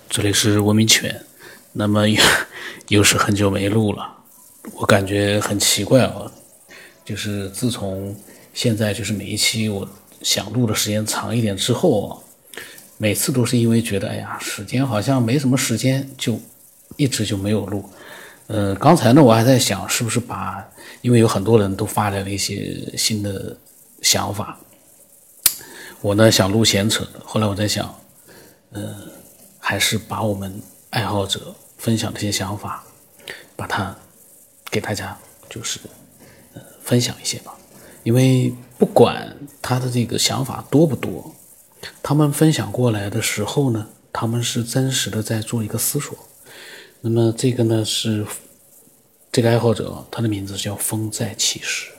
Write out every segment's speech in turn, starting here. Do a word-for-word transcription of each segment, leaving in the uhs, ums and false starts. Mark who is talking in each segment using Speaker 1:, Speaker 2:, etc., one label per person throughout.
Speaker 1: 这里是文明犬。那么又又是很久没录了，我感觉很奇怪哦，就是自从现在就是每一期我想录的时间长一点之后哦，每次都是因为觉得哎呀时间好像没什么时间，就一直就没有录。呃，刚才呢我还在想是不是把，因为有很多人都发来了一些新的想法，我呢想录闲扯的，后来我在想，呃，还是把我们爱好者分享这些想法，把它给大家就是呃分享一些吧。因为不管他的这个想法多不多，他们分享过来的时候呢，他们是真实的在做一个思索。那么这个呢是这个爱好者，他的名字叫风在其时。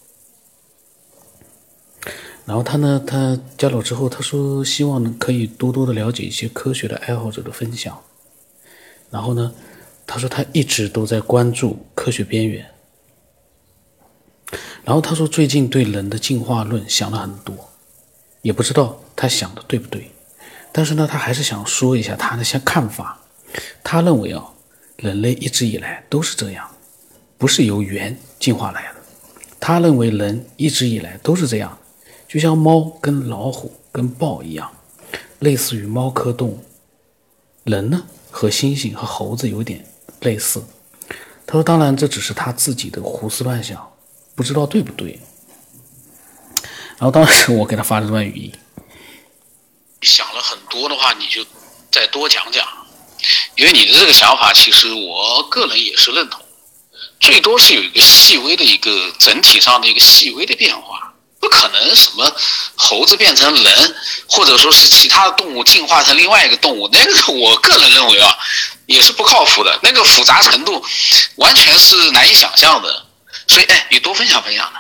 Speaker 1: 然后他呢，他加了之后，他说希望呢可以多多的了解一些科学的爱好者的分享。然后呢，他说他一直都在关注科学边缘。然后他说最近对人的进化论想了很多，也不知道他想的对不对，但是呢，他还是想说一下他的些看法。他认为啊，人类一直以来都是这样，不是由猿进化来的。他认为人一直以来都是这样，就像猫跟老虎跟豹一样，类似于猫科动物。人呢和猩猩和猴子有点类似。他说当然这只是他自己的胡思乱想，不知道对不对。然后当时我给他发了这段语音，
Speaker 2: 想了很多的话你就再多讲讲，因为你的这个想法其实我个人也是认同，最多是有一个细微的一个整体上的一个细微的变化，不可能什么猴子变成人，或者说是其他的动物进化成另外一个动物，那个我个人认为啊也是不靠谱的，那个复杂程度完全是难以想象的。所以哎，你多分享分享呢。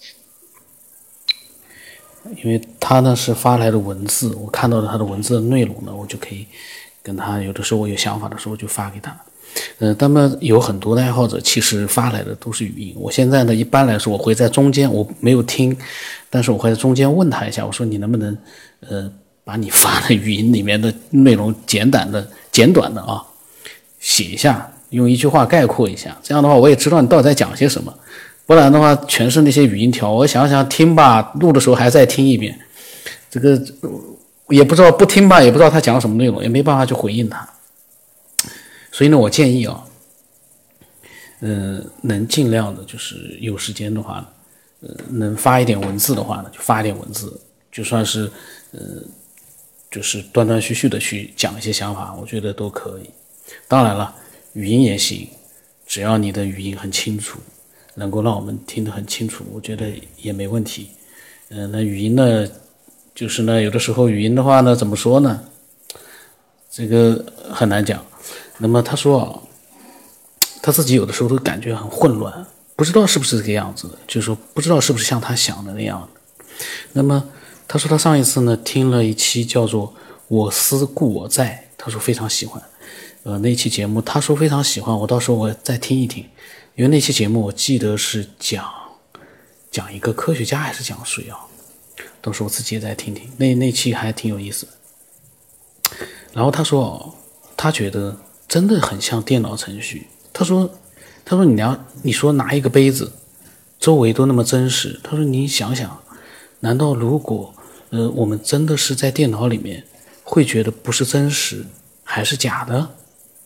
Speaker 1: 因为他呢是发来的文字，我看到了他的文字的内容呢，我就可以跟他，有的时候我有想法的时候就发给他。呃，那么有很多的爱好者其实发来的都是语音，我现在呢一般来说我会在中间，我没有听，但是我会在中间问他一下，我说你能不能呃把你发的语音里面的内容简短的简短的啊写一下，用一句话概括一下，这样的话我也知道你到底在讲些什么。不然的话全是那些语音条，我想想听吧，录的时候还再听一遍，这个也不知道，不听吧也不知道他讲什么内容，也没办法去回应他。所以呢我建议啊，呃，能尽量的就是有时间的话呢，呃，能发一点文字的话呢就发一点文字，就算是呃就是断断续续的去讲一些想法，我觉得都可以。当然了，语音也行，只要你的语音很清楚，能够让我们听得很清楚，我觉得也没问题。嗯、呃，那语音呢，就是呢，有的时候语音的话呢，怎么说呢？这个很难讲。那么他说啊，他自己有的时候都感觉很混乱，不知道是不是这个样子的，就是说不知道是不是像他想的那样的。那么他说他上一次呢听了一期叫做《我思故我在》，他说非常喜欢。呃，那期节目他说非常喜欢，我到时候我再听一听。因为那期节目我记得是讲讲一个科学家还是讲谁啊？到时候我自己也再听听，那那期还挺有意思的。然后他说哦，他觉得真的很像电脑程序。他说他说你要你说拿一个杯子周围都那么真实，他说你想想，难道如果呃我们真的是在电脑里面会觉得不是真实还是假的？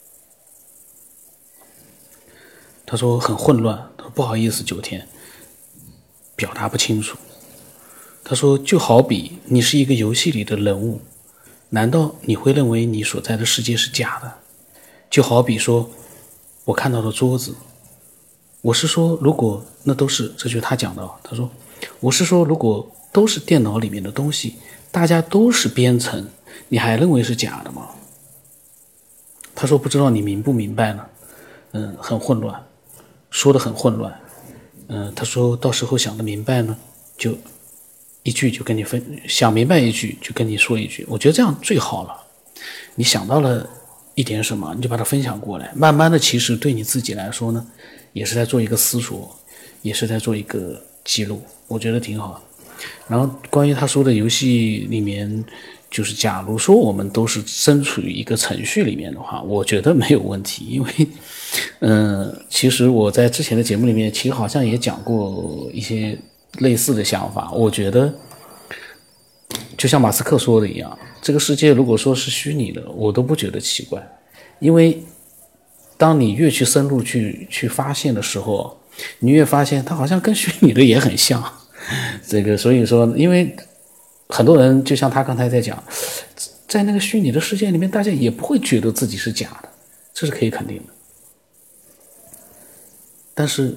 Speaker 1: 他说很混乱，他说不好意思九天表达不清楚。他说就好比你是一个游戏里的人物，难道你会认为你所在的世界是假的？就好比说我看到的桌子，我是说如果那都是，这就是他讲的，他说我是说如果都是电脑里面的东西，大家都是编程，你还认为是假的吗？他说不知道你明不明白呢？嗯，很混乱，说得很混乱。嗯，他说到时候想得明白呢，就一句就跟你分，想明白一句就跟你说一句，我觉得这样最好了。你想到了一点什么，你就把它分享过来，慢慢的其实对你自己来说呢，也是在做一个思索，也是在做一个记录，我觉得挺好。然后关于他说的游戏里面就是假如说我们都是身处于一个程序里面的话，我觉得没有问题，因为，嗯、呃，其实我在之前的节目里面，其实好像也讲过一些类似的想法。我觉得，就像马斯克说的一样，这个世界如果说是虚拟的，我都不觉得奇怪，因为当你越去深入去去发现的时候，你越发现它好像跟虚拟的也很像。这个，所以说，因为很多人就像他刚才在讲，在那个虚拟的世界里面，大家也不会觉得自己是假的，这是可以肯定的。但是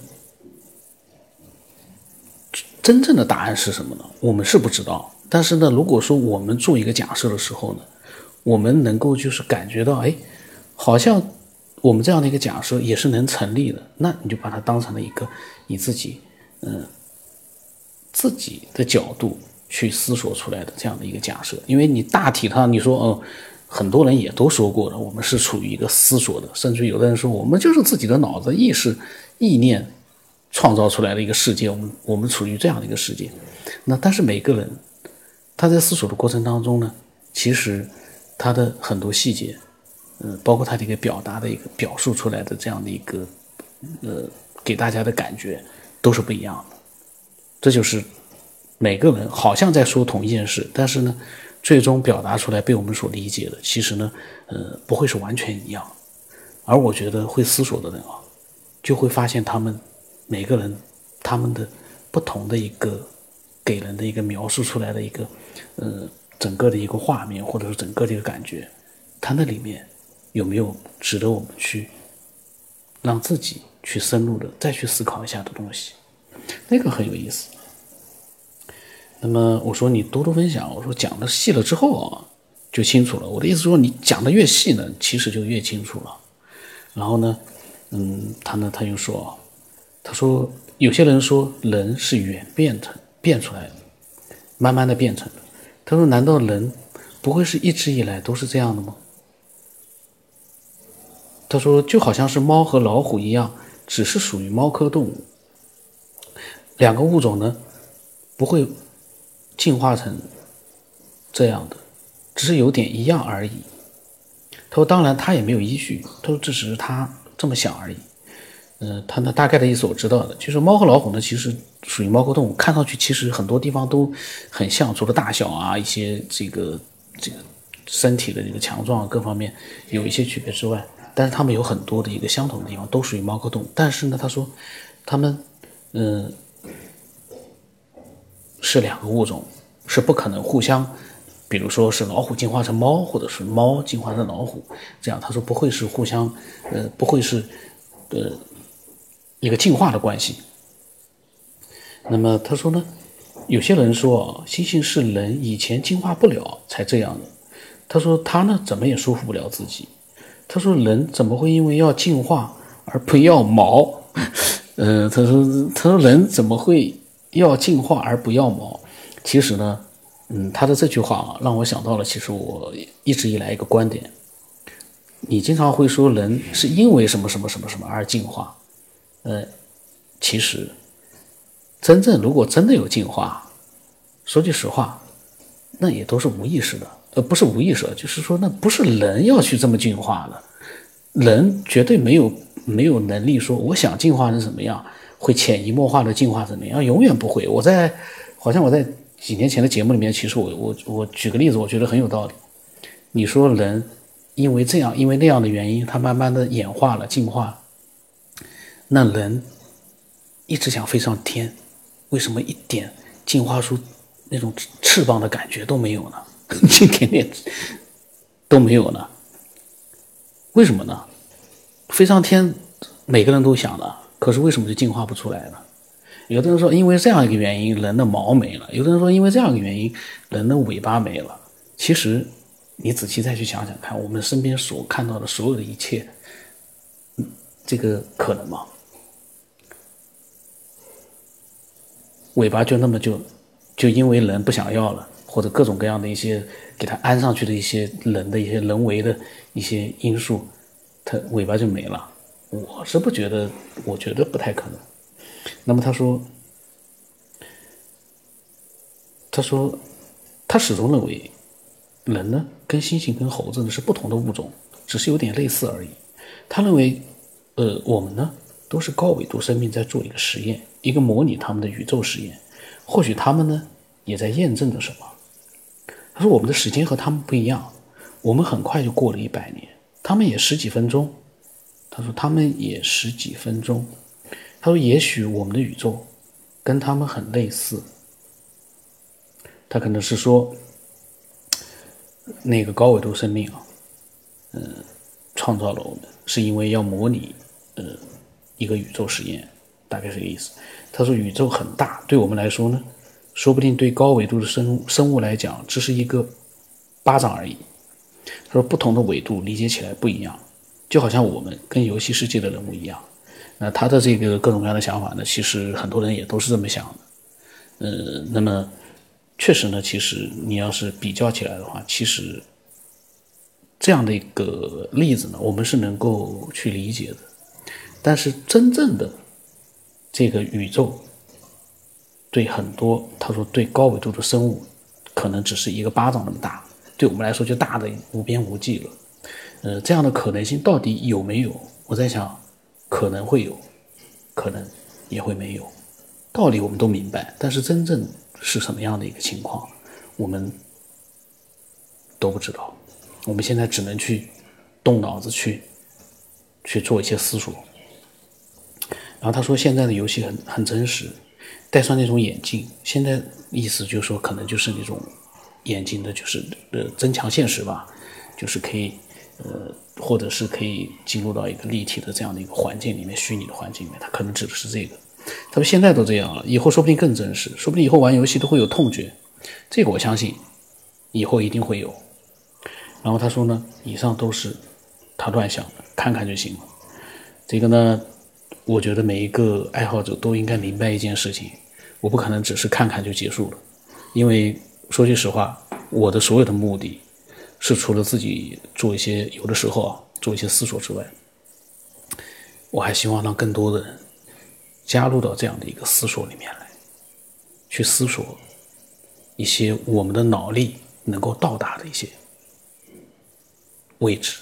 Speaker 1: 真正的答案是什么呢？我们是不知道。但是呢，如果说我们做一个假设的时候呢，我们能够就是感觉到，哎，好像我们这样的一个假设也是能成立的，那你就把它当成了一个你自己，嗯，自己的角度去思索出来的这样的一个假设。因为你大体上你说，哦，很多人也都说过了，我们是处于一个思索的，甚至有的人说我们就是自己的脑子意识意念创造出来的一个世界，我们我们处于这样的一个世界。那但是每个人他在思索的过程当中呢，其实他的很多细节，呃，包括他的一个表达的一个表述出来的这样的一个，呃，给大家的感觉都是不一样的。这就是每个人好像在说同一件事，但是呢，最终表达出来被我们所理解的，其实呢，呃，不会是完全一样。而我觉得会思索的人啊，就会发现他们每个人他们的不同的一个给人的一个描述出来的一个，呃，整个的一个画面，或者是整个的一个感觉，它那里面有没有值得我们去让自己去深入的再去思考一下的东西，那个很有意思。那么我说你多多分享，我说讲的细了之后啊，就清楚了。我的意思说，你讲的越细呢，其实就越清楚了。然后呢，嗯，他呢他又说，他说有些人说人是演变成变出来的，慢慢的变成的。他说难道人不会是一直以来都是这样的吗？他说就好像是猫和老虎一样，只是属于猫科动物，两个物种呢不会进化成这样的，只是有点一样而已。他说当然他也没有依据，他说这只是他这么想而已。呃，他的大概的意思我知道的，就是猫和老虎呢其实属于猫科动物，看上去其实很多地方都很像，除了大小啊一些这个这个身体的这个强壮各方面有一些区别之外，但是他们有很多的一个相同的地方，都属于猫科动物。但是呢他说他们嗯、呃是两个物种，是不可能互相，比如说是老虎进化成猫，或者是猫进化成老虎，这样他说不会是互相，呃，不会是，呃，一个进化的关系。那么他说呢，有些人说猩猩是人以前进化不了才这样的，他说他呢怎么也说服不了自己，他说人怎么会因为要进化而不要毛？呃，他说他说人怎么会要进化而不要毛？其实呢，嗯，他的这句话啊，让我想到了，其实我一直以来一个观点。你经常会说人是因为什么什么什么什么而进化，呃，其实真正如果真的有进化，说句实话，那也都是无意识的，呃，不是无意识的，就是说那不是人要去这么进化的，人绝对没有没有能力说我想进化成什么样。会潜移默化的进化怎么样？永远不会。我在好像我在几年前的节目里面，其实我我我举个例子，我觉得很有道理。你说人因为这样因为那样的原因，他慢慢的演化了进化，那人一直想飞上天，为什么一点进化出那种翅膀的感觉都没有呢？一点点都没有呢？为什么呢？飞上天每个人都想的，可是为什么就进化不出来呢？有的人说因为这样一个原因人的毛没了，有的人说因为这样一个原因人的尾巴没了。其实你仔细再去想想看，我们身边所看到的所有的一切，这个可能吗？尾巴就那么就就因为人不想要了，或者各种各样的一些给它安上去的一些人的一些人为的一些因素，它尾巴就没了？我是不觉得，我觉得不太可能。那么他说，他说，他始终认为， 人呢跟猩猩跟猴子呢是不同的物种，只是有点类似而已。他认为，呃，我们呢都是高纬度生命在做一个实验，一个模拟他们的宇宙实验。或许他们呢也在验证着什么。他说我们的时间和他们不一样，我们很快就过了一百年，他们也十几分钟。他说他们也十几分钟。他说也许我们的宇宙跟他们很类似。他可能是说那个高纬度生命啊，呃，创造了我们，是因为要模拟呃一个宇宙实验，大概是这个意思。他说宇宙很大，对我们来说呢，说不定对高纬度的生物生物来讲，只是一个巴掌而已。他说不同的纬度理解起来不一样，就好像我们跟游戏世界的人物一样。那他的这个各种各样的想法呢，其实很多人也都是这么想的。呃，那么确实呢，其实你要是比较起来的话，其实这样的一个例子呢，我们是能够去理解的。但是真正的这个宇宙，对很多他说对高纬度的生物，可能只是一个巴掌那么大，对我们来说就大的无边无际了。呃，这样的可能性到底有没有？我在想，可能会有，可能也会没有。道理我们都明白，但是真正是什么样的一个情况，我们都不知道。我们现在只能去动脑子去去做一些思索。然后他说现在的游戏很很真实，戴上那种眼镜，现在意思就是说可能就是那种眼镜的就是呃增强现实吧，就是可以呃或者是可以进入到一个立体的这样的一个环境里面，虚拟的环境里面，他可能指的是这个。他说现在都这样了，以后说不定更真实，说不定以后玩游戏都会有痛觉，这个我相信以后一定会有。然后他说呢，以上都是他乱想的，看看就行了。这个呢，我觉得每一个爱好者都应该明白一件事情，我不可能只是看看就结束了，因为说句实话，我的所有的目的是除了自己做一些有的时候啊做一些思索之外，我还希望让更多的人加入到这样的一个思索里面来，去思索一些我们的脑力能够到达的一些位置，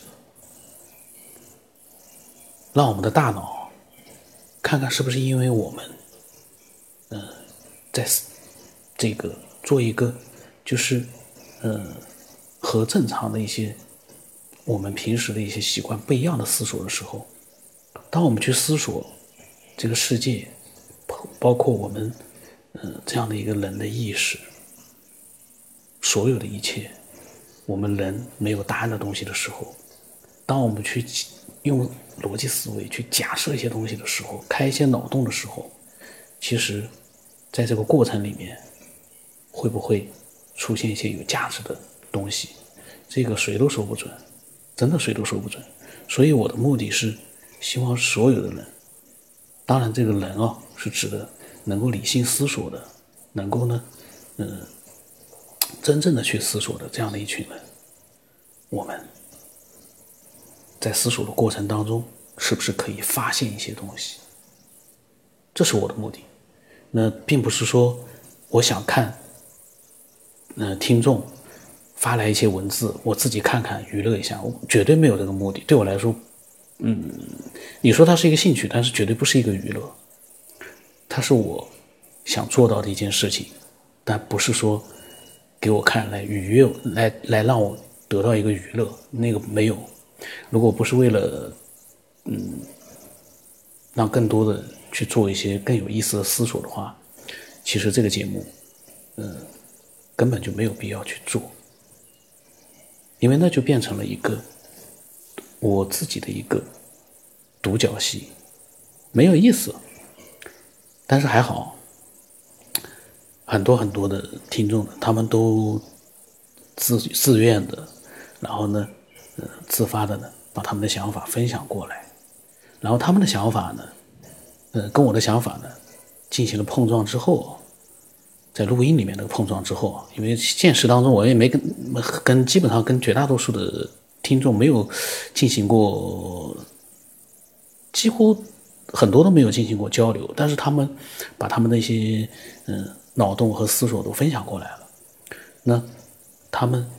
Speaker 1: 让我们的大脑看看是不是因为我们呃在这个做一个就是呃和正常的一些我们平时的一些习惯不一样的思索的时候，当我们去思索这个世界，包括我们呃这样的一个人的意识，所有的一切我们人没有答案的东西的时候，当我们去用逻辑思维去假设一些东西的时候，开一些脑洞的时候，其实在这个过程里面会不会出现一些有价值的东西，这个谁都说不准，真的谁都说不准。所以我的目的是希望所有的人，当然这个人啊是指的能够理性思索的，能够呢呃真正的去思索的这样的一群人，我们在思索的过程当中是不是可以发现一些东西，这是我的目的。那并不是说我想看呃听众发来一些文字我自己看看娱乐一下，我绝对没有这个目的。对我来说嗯，你说它是一个兴趣，但是绝对不是一个娱乐，它是我想做到的一件事情，但不是说给我看来愉悦，来来让我得到一个娱乐，那个没有。如果不是为了嗯让更多的人去做一些更有意思的思索的话，其实这个节目嗯根本就没有必要去做，因为那就变成了一个我自己的一个独角戏，没有意思。但是还好，很多很多的听众他们都自自愿的，然后呢，呃，自发的呢，把他们的想法分享过来，然后他们的想法呢，呃，跟我的想法呢，进行了碰撞之后，在录音里面那个碰撞之后，因为现实当中我也没跟跟基本上跟绝大多数的听众没有进行过，几乎很多都没有进行过交流，但是他们把他们的一些嗯脑洞和思索都分享过来了。那他们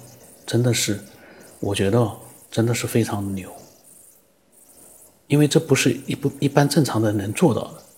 Speaker 1: 真的是，我觉得真的是非常牛，因为这不是一不一般正常的人能做到的。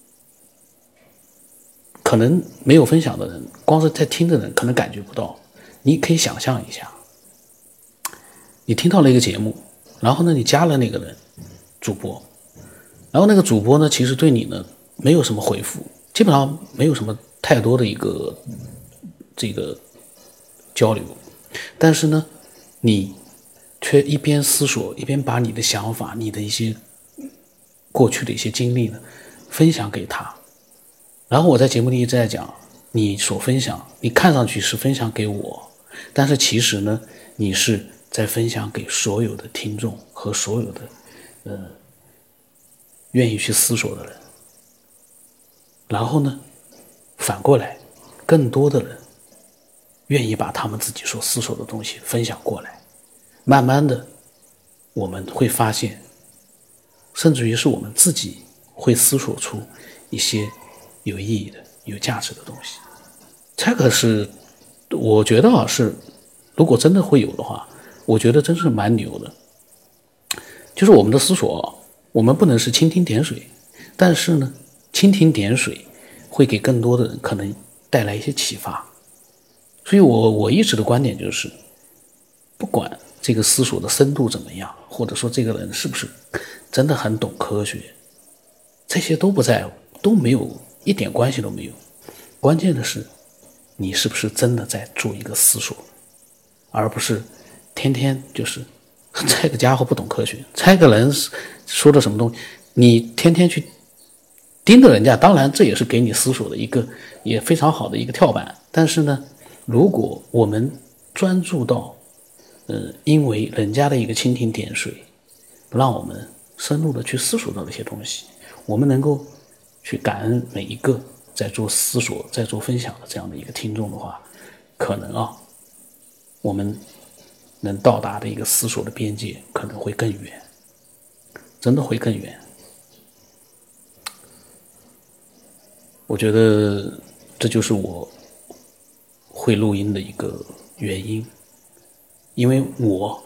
Speaker 1: 可能没有分享的人，光是在听的人可能感觉不到。你可以想象一下，你听到了一个节目，然后呢，你加了那个人主播，然后那个主播呢，其实对你呢没有什么回复，基本上没有什么太多的一个这个交流，但是呢，你却一边思索，一边把你的想法、你的一些过去的一些经历呢分享给他。然后我在节目里一直在讲，你所分享，你看上去是分享给我，但是其实呢，你是在分享给所有的听众和所有的呃愿意去思索的人。然后呢，反过来，更多的人愿意把他们自己所思索的东西分享过来。慢慢的，我们会发现，甚至于是我们自己会思索出一些有意义的、有价值的东西。这个是我觉得啊，是如果真的会有的话，我觉得真是蛮牛的。就是我们的思索，我们不能是蜻蜓点水，但是呢，蜻蜓点水会给更多的人可能带来一些启发。所以我我一直的观点就是，不管这个思索的深度怎么样，或者说这个人是不是真的很懂科学，这些都不在乎，都没有一点关系都没有。关键的是你是不是真的在做一个思索，而不是天天就是这个家伙不懂科学，这个人说的什么东西，你天天去盯着人家，当然这也是给你思索的一个也非常好的一个跳板。但是呢，如果我们专注到呃，因为人家的一个蜻蜓点水，让我们深入的去思索到这些东西，我们能够去感恩每一个在做思索、在做分享的这样的一个听众的话，可能啊，我们能到达的一个思索的边界可能会更远，真的会更远。我觉得这就是我会录音的一个原因，因为我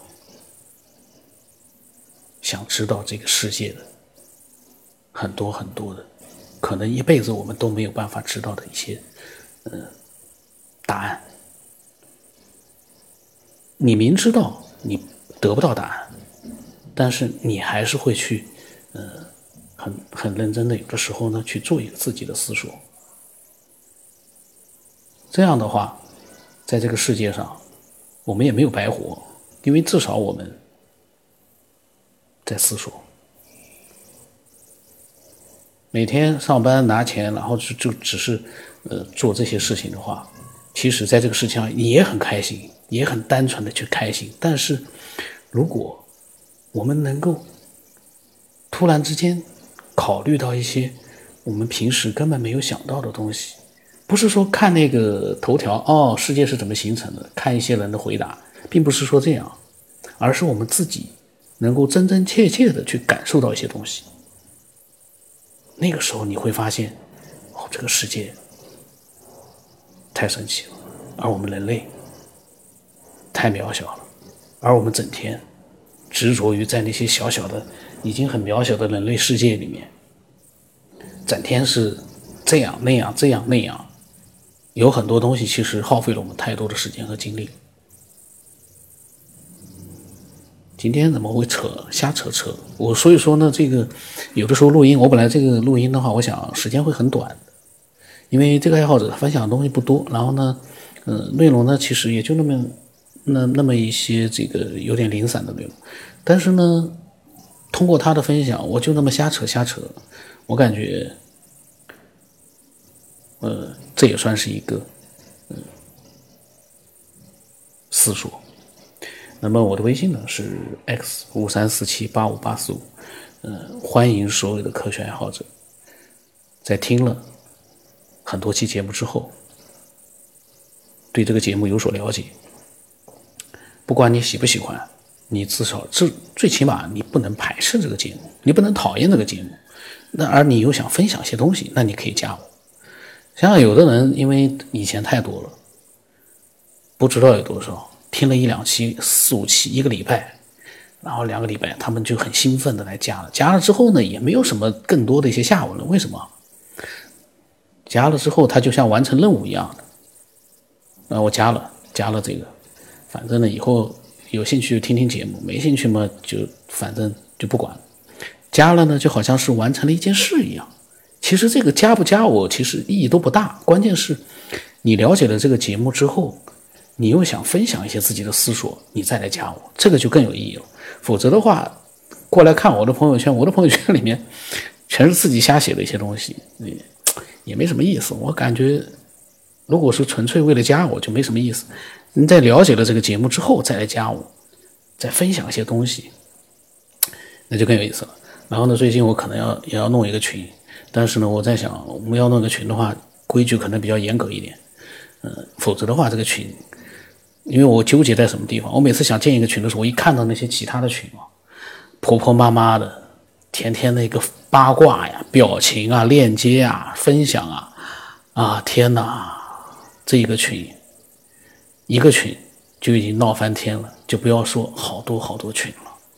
Speaker 1: 想知道这个世界的很多很多的可能一辈子我们都没有办法知道的一些呃答案。你明知道你得不到答案，但是你还是会去呃很很认真的有的时候呢去做一个自己的思索。这样的话，在这个世界上我们也没有白活，因为至少我们在思索。每天上班拿钱，然后就就只是呃做这些事情的话，其实在这个事情上也很开心，也很单纯的去开心。但是如果我们能够突然之间考虑到一些我们平时根本没有想到的东西，不是说看那个头条哦世界是怎么形成的，看一些人的回答，并不是说这样，而是我们自己能够真真切切的去感受到一些东西。那个时候你会发现，哦，这个世界太神奇了，而我们人类太渺小了，而我们整天执着于在那些小小的已经很渺小的人类世界里面，整天是这样那样这样那样，有很多东西其实耗费了我们太多的时间和精力。今天怎么会扯瞎扯扯？我所以说呢，这个有的时候录音，我本来这个录音的话，我想时间会很短，因为这个爱好者分享的东西不多，然后呢，呃，内容呢其实也就那么那那么一些这个有点零散的内容，但是呢，通过他的分享，我就那么瞎扯瞎扯，我感觉，呃，这也算是一个，嗯、呃，思索。那么我的微信呢是 x 五三四七八五八四五，呃，欢迎所有的科学爱好者，在听了很多期节目之后，对这个节目有所了解。不管你喜不喜欢，你至少最最起码你不能排斥这个节目，你不能讨厌这个节目。那而你又想分享些东西，那你可以加我。像有的人因为以前太多了，不知道有多少。 听了一两期、四五期，一个礼拜，然后两个礼拜，他们就很兴奋的来加了。加了之后呢，也没有什么更多的一些下文了。为什么？加了之后，他就像完成任务一样的。啊，我加了，加了这个，反正呢，以后有兴趣就听听节目，没兴趣嘛，就反正就不管。加了呢，就好像是完成了一件事一样。其实这个加不加我，其实意义都不大。关键是，你了解了这个节目之后，你又想分享一些自己的思索，你再来加我，这个就更有意义了。否则的话，过来看我的朋友圈，我的朋友圈里面全是自己瞎写的一些东西，也没什么意思。我感觉，如果是纯粹为了加我，就没什么意思。你在了解了这个节目之后再来加我，再分享一些东西，那就更有意思了。然后呢，最近我可能要也要弄一个群，但是呢，我在想，我们要弄一个群的话，规矩可能比较严格一点，嗯、呃，否则的话，这个群，因为我纠结在什么地方，我每次想建一个群的时候，我一看到那些其他的群啊，婆婆妈妈的，天天那个八卦呀、表情啊、链接啊、分享啊，啊，天哪，这一个群，一个群就已经闹翻天了，就不要说好多好多群了。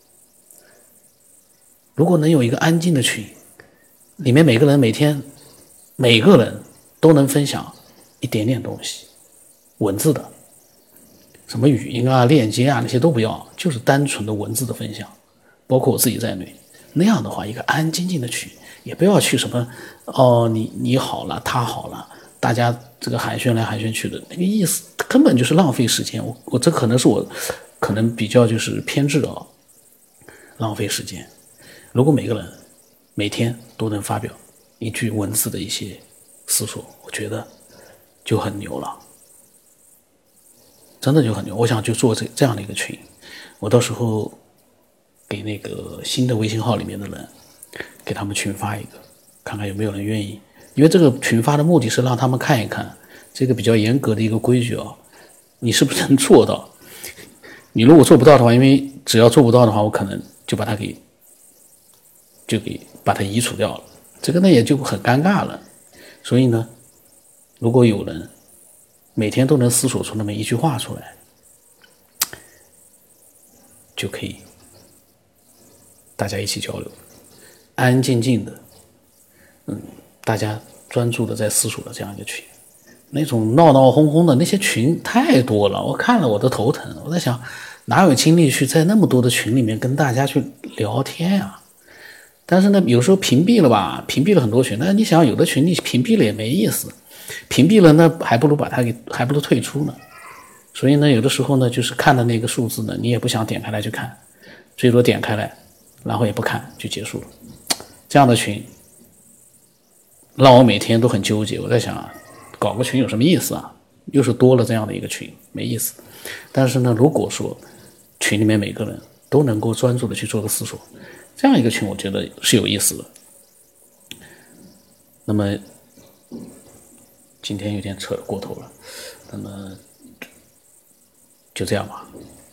Speaker 1: 如果能有一个安静的群，里面每个人每天每个人都能分享一点点东西，文字的，什么语音啊、链接啊那些都不要，就是单纯的文字的分享，包括我自己在内。那样的话，一个安安静静的群，也不要去什么哦，你你好了，他好了，大家这个寒暄来寒暄去的，那个意思根本就是浪费时间。我我这可能是我可能比较就是偏执啊，浪费时间。如果每个人每天都能发表一句文字的一些思索，我觉得就很牛了，真的就很牛。我想就做这这样的一个群，我到时候给那个新的微信号里面的人，给他们群发一个，看看有没有人愿意。因为这个群发的目的是让他们看一看这个比较严格的一个规矩啊，你是不是能做到？你如果做不到的话，因为只要做不到的话，我可能就把它给就给把它移除掉了，这个呢也就很尴尬了。所以呢，如果有人每天都能思索出那么一句话出来，就可以大家一起交流，安安静静的，嗯，大家专注的在思索的这样一个群。那种闹闹哄哄的那些群太多了，我看了我都头疼。我在想，哪有精力去在那么多的群里面跟大家去聊天啊？但是呢，有时候屏蔽了吧，屏蔽了很多群，但是你想，有的群你屏蔽了也没意思，屏蔽了呢，还不如把它给，还不如退出呢。所以呢，有的时候呢，就是看的那个数字呢，你也不想点开来去看，最多点开来，然后也不看就结束了。这样的群让我每天都很纠结。我在想啊，搞个群有什么意思啊？又是多了这样的一个群，没意思。但是呢，如果说群里面每个人都能够专注的去做个思索，这样一个群我觉得是有意思的。那么今天有点扯过头了，那么就这样吧。